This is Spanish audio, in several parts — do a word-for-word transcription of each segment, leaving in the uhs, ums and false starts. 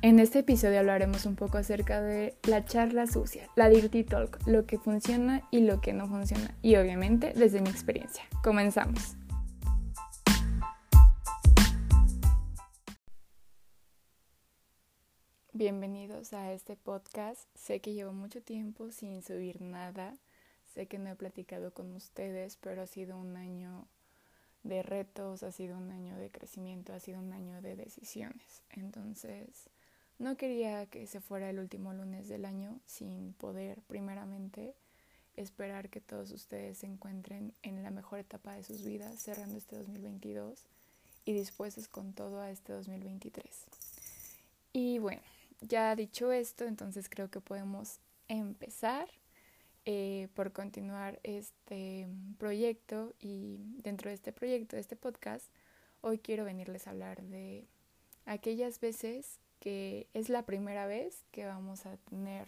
En este episodio hablaremos un poco acerca de la charla sucia, la Dirty Talk, lo que funciona y lo que no funciona, y obviamente desde mi experiencia. Comenzamos. Bienvenidos a este podcast. Sé que llevo mucho tiempo sin subir nada, sé que no he platicado con ustedes, pero ha sido un año de retos, ha sido un año de crecimiento, ha sido un año de decisiones. Entonces, no quería que se fuera el último lunes del año sin poder, primeramente, esperar que todos ustedes se encuentren en la mejor etapa de sus vidas, cerrando este dos mil veintidós y dispuestos con todo a este dos mil veintitrés. Y bueno, ya dicho esto, entonces creo que podemos empezar eh, por continuar este proyecto. Y dentro de este proyecto, de este podcast, hoy quiero venirles a hablar de aquellas veces que es la primera vez que vamos a tener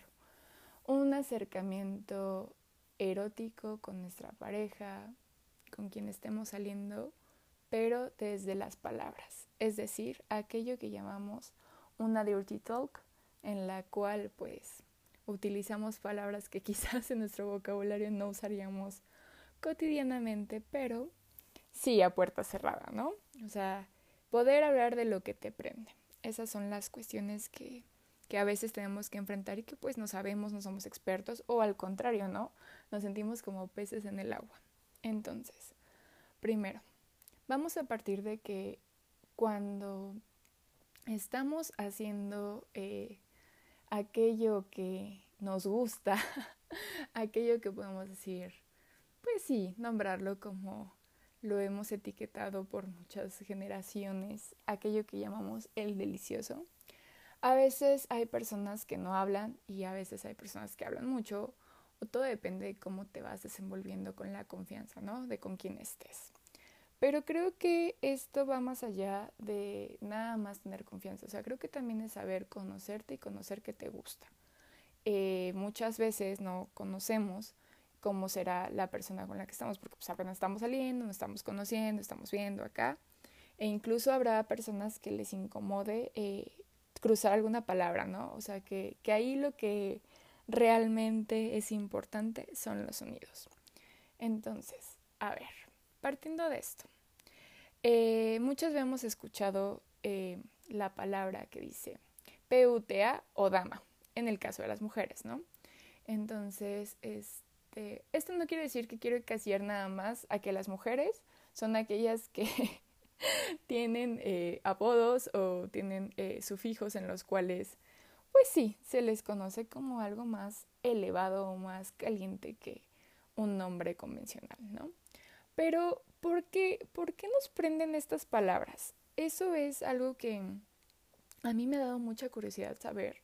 un acercamiento erótico con nuestra pareja, con quien estemos saliendo, pero desde las palabras, es decir, aquello que llamamos una dirty talk, en la cual pues utilizamos palabras que quizás en nuestro vocabulario no usaríamos cotidianamente, pero sí a puerta cerrada, ¿no? O sea, poder hablar de lo que te prende. Esas son las cuestiones que, que a veces tenemos que enfrentar y que pues no sabemos, no somos expertos, o al contrario, ¿no? Nos sentimos como peces en el agua. Entonces, primero, vamos a partir de que cuando estamos haciendo eh, aquello que nos gusta, aquello que podemos decir, pues sí, nombrarlo como lo hemos etiquetado por muchas generaciones, aquello que llamamos el delicioso. A veces hay personas que no hablan y a veces hay personas que hablan mucho, o todo depende de cómo te vas desenvolviendo con la confianza, ¿no? De con quién estés. Pero creo que esto va más allá de nada más tener confianza. O sea, creo que también es saber conocerte y conocer qué te gusta. Eh, muchas veces no conocemos cómo será la persona con la que estamos, porque pues apenas estamos saliendo, nos estamos conociendo, estamos viendo acá. E incluso habrá personas que les incomode eh, cruzar alguna palabra, ¿no? O sea, que, que ahí lo que realmente es importante son los sonidos. Entonces, a ver, partiendo de esto, eh, muchas veces hemos escuchado eh, la palabra que dice P U T A o dama, en el caso de las mujeres, ¿no? Entonces, este, esto no quiere decir que quiero encasillar nada más a que las mujeres son aquellas que tienen eh, apodos o tienen eh, sufijos en los cuales, pues sí, se les conoce como algo más elevado o más caliente que un nombre convencional, ¿no? Pero, ¿por qué, ¿por qué nos prenden estas palabras? Eso es algo que a mí me ha dado mucha curiosidad saber,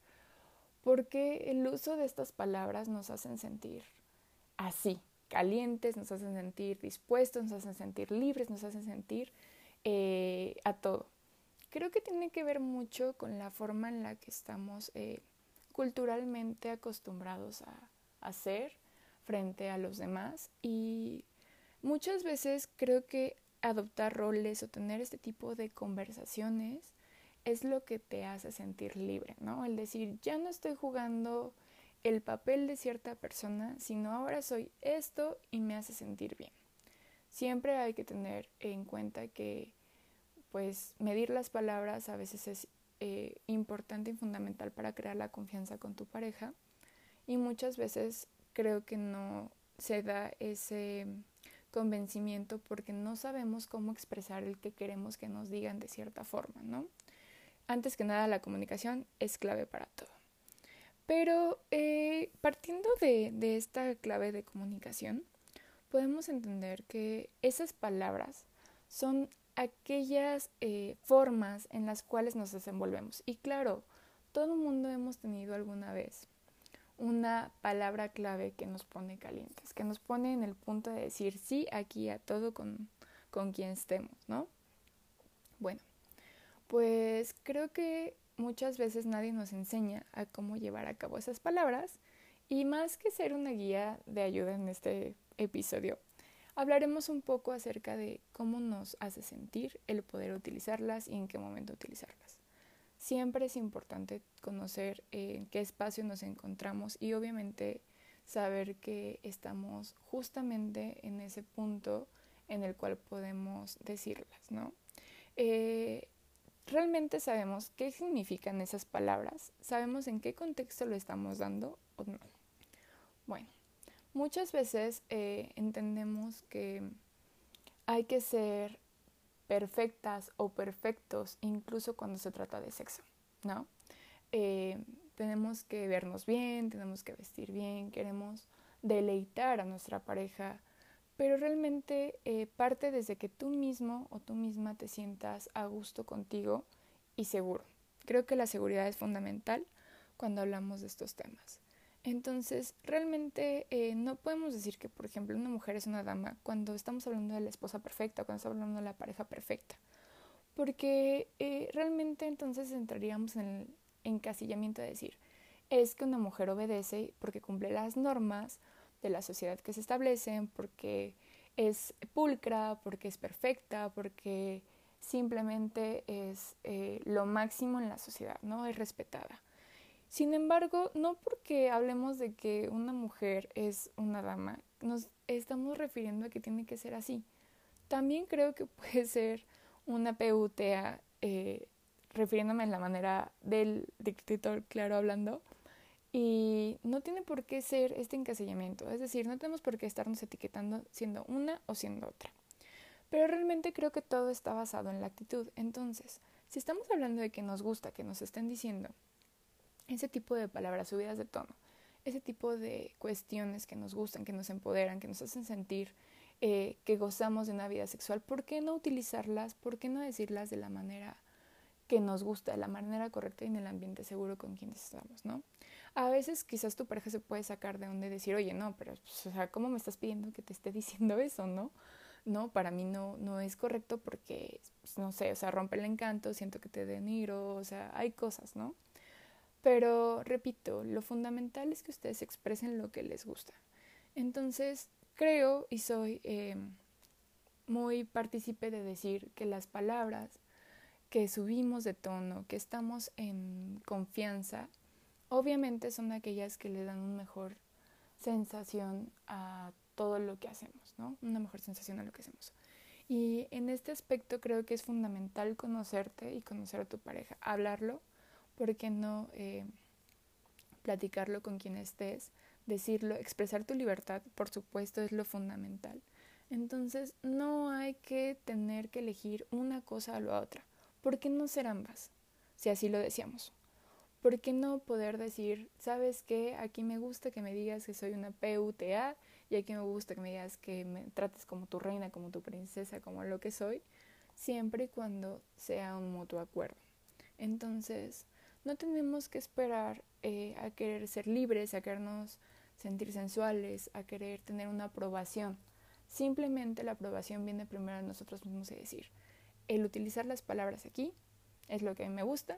porque el uso de estas palabras nos hacen sentir así, calientes, nos hacen sentir dispuestos, nos hacen sentir libres, nos hacen sentir eh, a todo. Creo que tiene que ver mucho con la forma en la que estamos eh, culturalmente acostumbrados a, a ser frente a los demás, y muchas veces creo que adoptar roles o tener este tipo de conversaciones es lo que te hace sentir libre, ¿no? El decir, ya no estoy jugando el papel de cierta persona, sino ahora soy esto y me hace sentir bien. Siempre hay que tener en cuenta que pues medir las palabras a veces es eh, importante y fundamental para crear la confianza con tu pareja, y muchas veces creo que no se da ese convencimiento porque no sabemos cómo expresar el que queremos que nos digan de cierta forma, ¿no? Antes que nada, la comunicación es clave para todo. Pero eh, partiendo de, de esta clave de comunicación, podemos entender que esas palabras son aquellas eh, formas en las cuales nos desenvolvemos. Y claro, todo el mundo hemos tenido alguna vez una palabra clave que nos pone calientes, que nos pone en el punto de decir sí aquí a todo con, con quien estemos, ¿no? Bueno, pues creo que muchas veces nadie nos enseña a cómo llevar a cabo esas palabras, y más que ser una guía de ayuda en este episodio, hablaremos un poco acerca de cómo nos hace sentir el poder utilizarlas y en qué momento utilizarlas. siempre es importante conocer eh, en qué espacio nos encontramos y obviamente saber que estamos justamente en ese punto en el cual podemos decirlas, ¿no? Eh, ¿Realmente sabemos qué significan esas palabras? ¿Sabemos en qué contexto lo estamos dando o no? Bueno, muchas veces eh, entendemos que hay que ser perfectas o perfectos incluso cuando se trata de sexo, ¿no? Eh, tenemos que vernos bien, tenemos que vestir bien, queremos deleitar a nuestra pareja, pero realmente eh, parte desde que tú mismo o tú misma te sientas a gusto contigo y seguro. Creo que la seguridad es fundamental cuando hablamos de estos temas. Entonces, realmente eh, no podemos decir que, por ejemplo, una mujer es una dama cuando estamos hablando de la esposa perfecta, cuando estamos hablando de la pareja perfecta, porque eh, realmente entonces entraríamos en el encasillamiento de decir, es que una mujer obedece porque cumple las normas de la sociedad que se establecen, porque es pulcra, porque es perfecta, porque simplemente es eh, lo máximo en la sociedad, ¿no? Es respetada. Sin embargo, no porque hablemos de que una mujer es una dama, nos estamos refiriendo a que tiene que ser así. También creo que puede ser una P U T A, eh, refiriéndome en la manera del dictador claro hablando, y no tiene por qué ser este encasillamiento, es decir, no tenemos por qué estarnos etiquetando siendo una o siendo otra. Pero realmente creo que todo está basado en la actitud. Entonces, si estamos hablando de que nos gusta, que nos estén diciendo ese tipo de palabras subidas de tono, ese tipo de cuestiones que nos gustan, que nos empoderan, que nos hacen sentir eh, que gozamos de una vida sexual, ¿por qué no utilizarlas? ¿Por qué no decirlas de la manera que nos gusta, de la manera correcta y en el ambiente seguro con quienes estamos, ¿no? A veces quizás tu pareja se puede sacar de onda y decir, oye, no, pero, pues, o sea, ¿cómo me estás pidiendo que te esté diciendo eso, no? No, para mí no, no es correcto porque, pues, no sé, o sea, rompe el encanto, siento que te denigro, o sea, hay cosas, ¿no? Pero, repito, lo fundamental es que ustedes expresen lo que les gusta. Entonces, creo y soy eh, muy partícipe de decir que las palabras que subimos de tono, que estamos en confianza, obviamente son aquellas que le dan una mejor sensación a todo lo que hacemos, ¿no? Una mejor sensación a lo que hacemos. Y en este aspecto creo que es fundamental conocerte y conocer a tu pareja, hablarlo, ¿por qué no eh, platicarlo con quien estés, decirlo, expresar tu libertad, por supuesto, es lo fundamental. Entonces no hay que tener que elegir una cosa o la otra. ¿Por qué no ser ambas? Si así lo deseamos. ¿Por qué no poder decir, sabes qué? Aquí me gusta que me digas que soy una P U T A y aquí me gusta que me digas que me trates como tu reina, como tu princesa, como lo que soy, siempre y cuando sea un mutuo acuerdo. Entonces, no tenemos que esperar eh, a querer ser libres, a querernos sentir sensuales, a querer tener una aprobación. Simplemente la aprobación viene primero de nosotros mismos y decir, el utilizar las palabras aquí es lo que a mí me gusta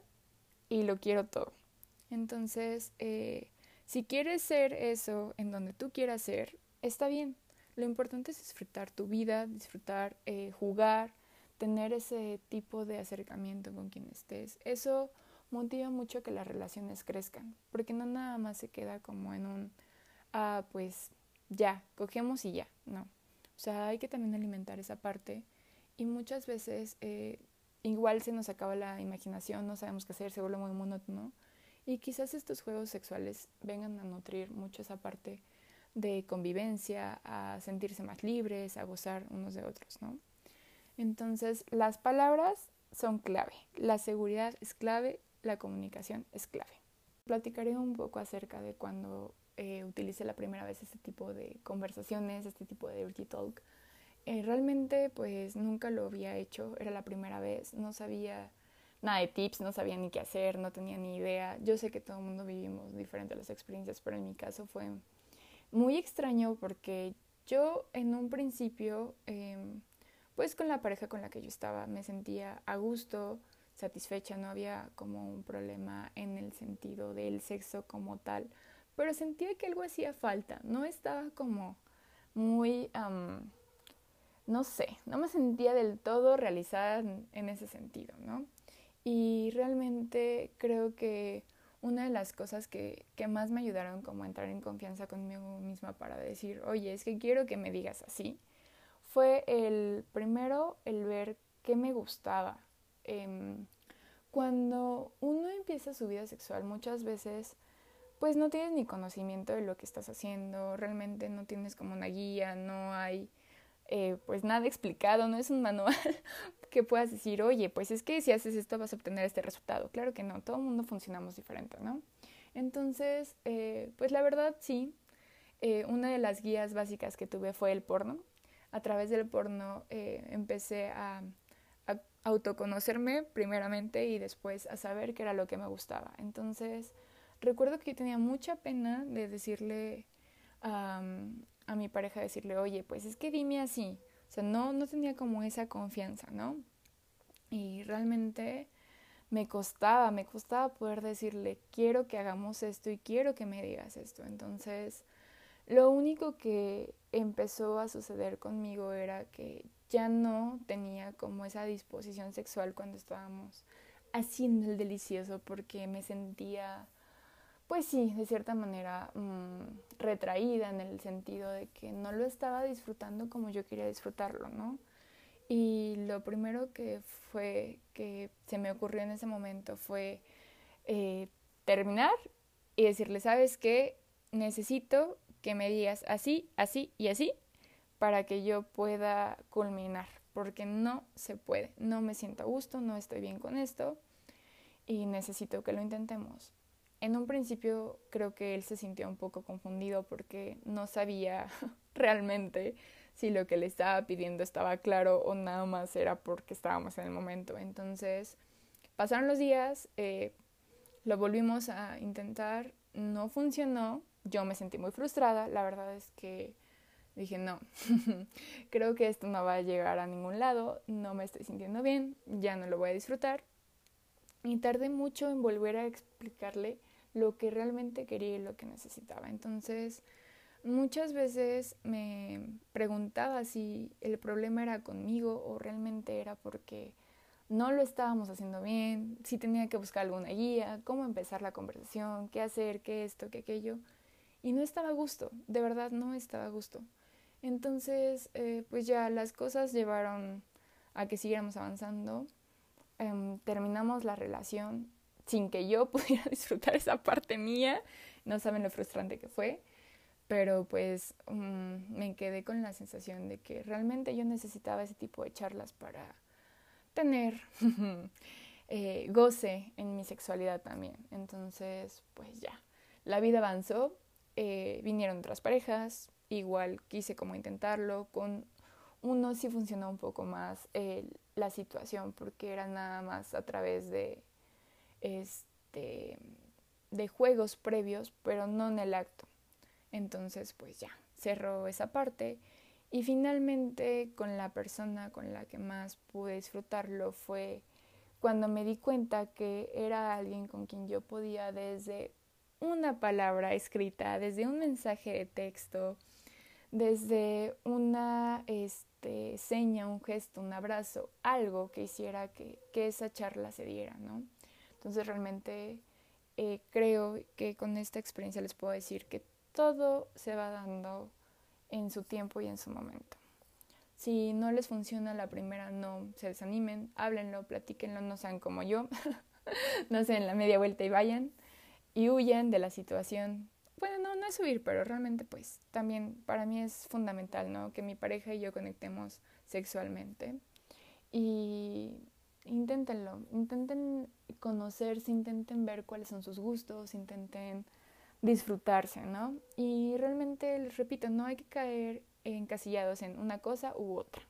y lo quiero todo. Entonces, eh, si quieres ser eso en donde tú quieras ser, está bien. Lo importante es disfrutar tu vida, disfrutar, eh, jugar, tener ese tipo de acercamiento con quien estés. Eso motiva mucho a que las relaciones crezcan, porque no nada más se queda como en un, ah, pues ya, cogemos y ya, no. O sea, hay que también alimentar esa parte y muchas veces eh, igual se nos acaba la imaginación, no sabemos qué hacer, se vuelve muy monótono y quizás estos juegos sexuales vengan a nutrir mucho esa parte de convivencia, a sentirse más libres, a gozar unos de otros, ¿no? Entonces, las palabras son clave, la seguridad es clave, la comunicación es clave. Platicaré un poco acerca de cuando eh, utilicé la primera vez este tipo de conversaciones, este tipo de dirty talk. Eh, realmente pues nunca lo había hecho, era la primera vez, no sabía nada de tips, no sabía ni qué hacer, no tenía ni idea. Yo sé que todo el mundo vivimos diferentes las experiencias, pero en mi caso fue muy extraño porque yo en un principio, eh, pues con la pareja con la que yo estaba, me sentía a gusto, satisfecha, no había como un problema en el sentido del sexo como tal, pero sentía que algo hacía falta, no estaba como muy... Um, no sé, no me sentía del todo realizada en, en ese sentido, ¿no? Y realmente creo que una de las cosas que, que más me ayudaron como a entrar en confianza conmigo misma para decir, oye, es que quiero que me digas así, fue el primero, el ver qué me gustaba. Eh, cuando uno empieza su vida sexual, muchas veces pues no tienes ni conocimiento de lo que estás haciendo, realmente no tienes como una guía, no hay eh, pues nada explicado, no es un manual que puedas decir, oye, pues es que si haces esto vas a obtener este resultado. Claro que no, todo el mundo funcionamos diferente, ¿no? Entonces, eh, pues la verdad sí, eh, una de las guías básicas que tuve fue el porno. A través del porno eh, empecé a, a autoconocerme primeramente y después a saber qué era lo que me gustaba. Entonces, recuerdo que yo tenía mucha pena de decirle um, a mi pareja, decirle, oye, pues es que dime así. O sea, no, no tenía como esa confianza, ¿no? Y realmente me costaba, me costaba poder decirle, quiero que hagamos esto y quiero que me digas esto. Entonces, lo único que empezó a suceder conmigo era que ya no tenía como esa disposición sexual cuando estábamos haciendo el delicioso porque me sentía, pues sí, de cierta manera mmm, retraída en el sentido de que no lo estaba disfrutando como yo quería disfrutarlo, ¿no? Y lo primero que fue que se me ocurrió en ese momento fue eh, terminar y decirle, ¿sabes qué? Necesito que me digas así, así y así para que yo pueda culminar, porque no se puede, no me siento a gusto, no estoy bien con esto y necesito que lo intentemos. En un principio creo que él se sintió un poco confundido porque no sabía realmente si lo que le estaba pidiendo estaba claro o nada más era porque estábamos en el momento. Entonces pasaron los días, eh, lo volvimos a intentar, no funcionó, yo me sentí muy frustrada, la verdad es que dije no, creo que esto no va a llegar a ningún lado, no me estoy sintiendo bien, ya no lo voy a disfrutar. Y tardé mucho en volver a explicarle lo que realmente quería y lo que necesitaba. Entonces, muchas veces me preguntaba si el problema era conmigo o realmente era porque no lo estábamos haciendo bien, si tenía que buscar alguna guía, cómo empezar la conversación, qué hacer, qué esto, qué aquello. Y no estaba a gusto, de verdad no estaba a gusto. Entonces, eh, pues ya las cosas llevaron a que siguiéramos avanzando. Eh, terminamos la relación sin que yo pudiera disfrutar esa parte mía. No saben lo frustrante que fue. Pero pues um, me quedé con la sensación de que realmente yo necesitaba ese tipo de charlas para tener eh, goce en mi sexualidad también. Entonces, pues ya, la vida avanzó, eh, vinieron otras parejas, igual quise como intentarlo, con uno sí funcionó un poco más eh, la situación porque era nada más a través de, este, de juegos previos, pero no en el acto. Entonces, pues ya, cerró esa parte. Y finalmente con la persona con la que más pude disfrutarlo fue cuando me di cuenta que era alguien con quien yo podía desde una palabra escrita, desde un mensaje de texto, desde una este, seña, un gesto, un abrazo, algo que hiciera que, que esa charla se diera, ¿no? Entonces realmente eh, creo que con esta experiencia les puedo decir que todo se va dando en su tiempo y en su momento. Si no les funciona la primera, no se desanimen, háblenlo, platíquenlo, no sean como yo, no se den la media vuelta y vayan y huyan de la situación. Bueno, no, no es huir, pero realmente pues también para mí es fundamental, ¿no? Que mi pareja y yo conectemos sexualmente. Y inténtenlo, intenten conocerse, intenten ver cuáles son sus gustos, intenten disfrutarse, ¿no? Y realmente, les repito, no hay que caer encasillados en una cosa u otra.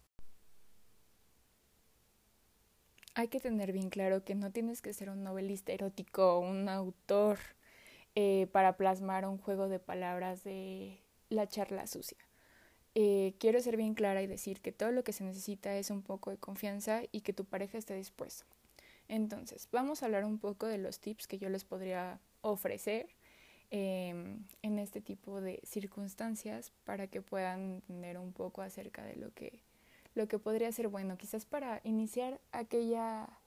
Hay que tener bien claro que no tienes que ser un novelista erótico, un autor, eh, para plasmar un juego de palabras de la charla sucia. Eh, quiero ser bien clara y decir que todo lo que se necesita es un poco de confianza y que tu pareja esté dispuesto. Entonces, vamos a hablar un poco de los tips que yo les podría ofrecer eh, en este tipo de circunstancias para que puedan entender un poco acerca de lo que, lo que podría ser bueno, quizás para iniciar aquella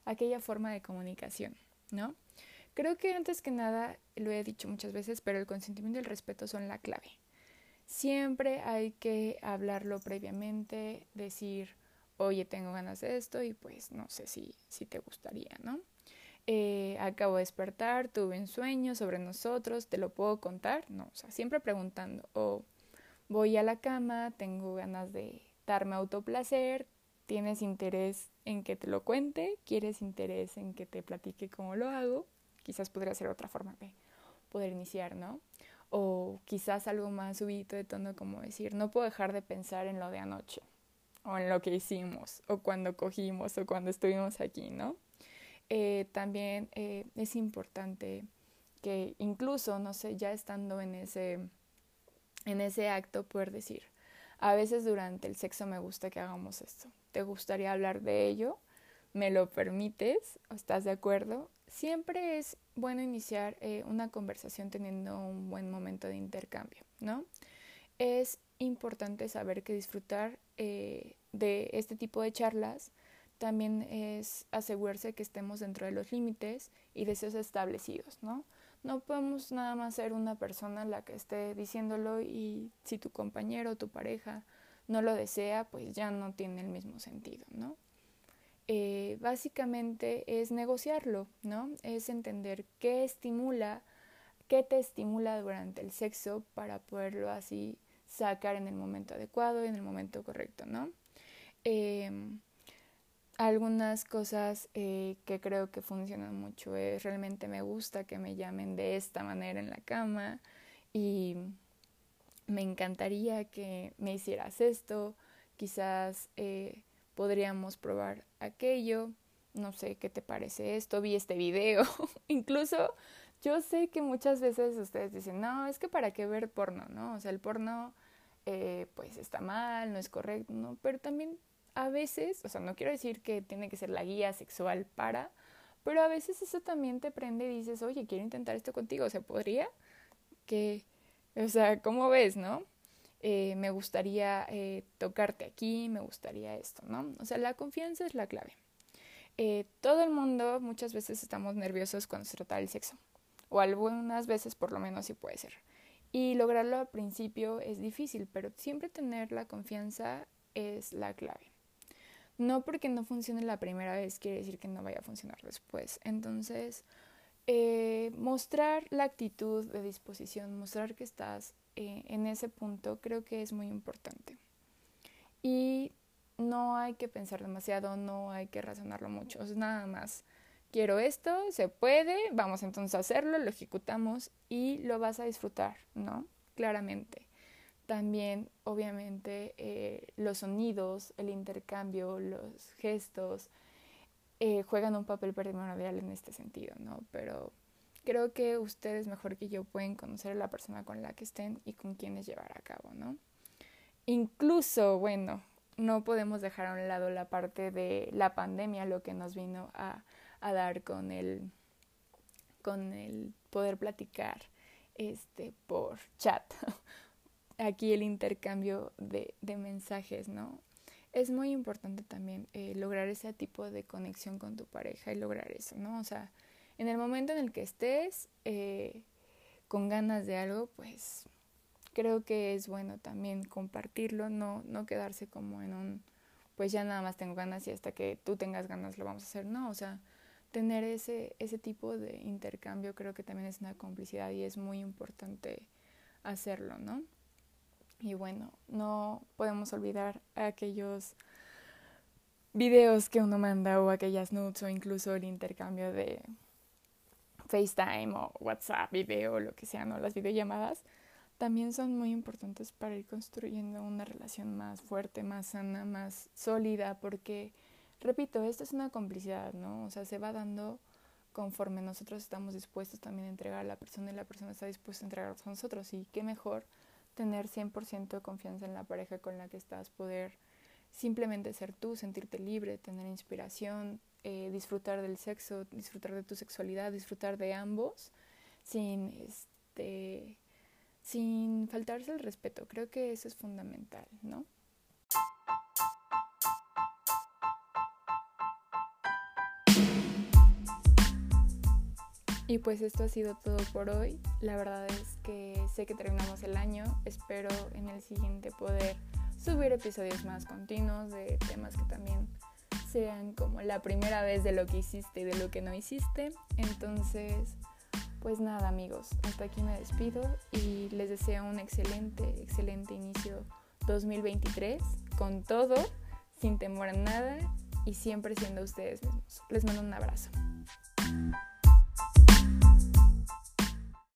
aquella forma de comunicación, ¿no? Creo que antes que nada, lo he dicho muchas veces, pero el consentimiento y el respeto son la clave. Siempre hay que hablarlo previamente, decir, oye, tengo ganas de esto y pues no sé si, si te gustaría, ¿no? Eh, acabo de despertar, tuve un sueño sobre nosotros, ¿te lo puedo contar? No, o sea, siempre preguntando. O voy a la cama, tengo ganas de darme autoplacer, ¿tienes interés en que te lo cuente? ¿Quieres interés en que te platique cómo lo hago? Quizás podría ser otra forma de poder iniciar, ¿no? O quizás algo más subidito de tono como decir, no puedo dejar de pensar en lo de anoche, o en lo que hicimos, o cuando cogimos, o cuando estuvimos aquí, ¿no? Eh, también eh, es importante que incluso, no sé, ya estando en ese, en ese acto, poder decir, a veces durante el sexo me gusta que hagamos esto. ¿Te gustaría hablar de ello? ¿Me lo permites? ¿Estás de acuerdo? Siempre es bueno iniciar eh, una conversación teniendo un buen momento de intercambio, ¿no? Es importante saber que disfrutar eh, de este tipo de charlas también es asegurarse que estemos dentro de los límites y deseos establecidos, ¿no? No podemos nada más ser una persona la que esté diciéndolo y si tu compañero o tu pareja no lo desea, pues ya no tiene el mismo sentido, ¿no? Eh, básicamente es negociarlo, ¿no? Es entender qué estimula, qué te estimula durante el sexo para poderlo así sacar en el momento adecuado y en el momento correcto, ¿no? Eh, algunas cosas eh, que creo que funcionan mucho es realmente me gusta que me llamen de esta manera en la cama y me encantaría que me hicieras esto, quizás eh, podríamos probar aquello, no sé qué te parece esto, vi este video, incluso yo sé que muchas veces ustedes dicen, no, es que para qué ver porno, ¿no? O sea, el porno eh, pues está mal, no es correcto, ¿no? Pero también a veces, o sea, no quiero decir que tiene que ser la guía sexual para, pero a veces eso también te prende y dices, oye, quiero intentar esto contigo, o sea, podría que, o sea, ¿cómo ves, no? Eh, me gustaría eh, tocarte aquí, me gustaría esto, ¿no? O sea, la confianza es la clave. Eh, todo el mundo muchas veces estamos nerviosos cuando se trata del sexo, o algunas veces por lo menos sí puede ser. Y lograrlo al principio es difícil, pero siempre tener la confianza es la clave. No porque no funcione la primera vez quiere decir que no vaya a funcionar después. Entonces, eh, mostrar la actitud de disposición, mostrar que estás eh, en ese punto, creo que es muy importante. Y no hay que pensar demasiado, no hay que razonarlo mucho, es nada más. Quiero esto, se puede, vamos entonces a hacerlo, lo ejecutamos y lo vas a disfrutar, ¿no? Claramente. También, obviamente, eh, los sonidos, el intercambio, los gestos, eh, juegan un papel primordial en este sentido, ¿no? Pero creo que ustedes mejor que yo pueden conocer a la persona con la que estén y con quienes llevar a cabo, ¿no? Incluso, bueno, no podemos dejar a un lado la parte de la pandemia, lo que nos vino a, a dar con el, con el poder platicar este, por chat. Aquí el intercambio de, de mensajes, ¿no? Es muy importante también eh, lograr ese tipo de conexión con tu pareja y lograr eso, ¿no? O sea, en el momento en el que estés eh, con ganas de algo, pues creo que es bueno también compartirlo, no, no quedarse como en un, pues ya nada más tengo ganas y hasta que tú tengas ganas lo vamos a hacer, no, o sea, tener ese, ese tipo de intercambio creo que también es una complicidad y es muy importante hacerlo, ¿no? Y bueno, no podemos olvidar aquellos videos que uno manda o aquellas nudes o incluso el intercambio de FaceTime o WhatsApp, video, lo que sea, ¿no? Las videollamadas también son muy importantes para ir construyendo una relación más fuerte, más sana, más sólida, porque, repito, esto es una complicidad, ¿no? O sea, se va dando conforme nosotros estamos dispuestos también a entregar a la persona y la persona está dispuesta a entregarnos a nosotros. Y qué mejor tener cien por ciento de confianza en la pareja con la que estás, poder simplemente ser tú, sentirte libre, tener inspiración, eh, disfrutar del sexo, disfrutar de tu sexualidad, disfrutar de ambos, sin este sin faltarse el respeto. Creo que eso es fundamental, ¿no? Y pues esto ha sido todo por hoy. La verdad es que sé que terminamos el año. Espero en el siguiente poder subir episodios más continuos de temas que también sean como la primera vez de lo que hiciste y de lo que no hiciste. Entonces, pues nada, amigos, hasta aquí me despido y les deseo un excelente, excelente inicio dos mil veintitrés con todo, sin temor a nada y siempre siendo ustedes mismos. Les mando un abrazo.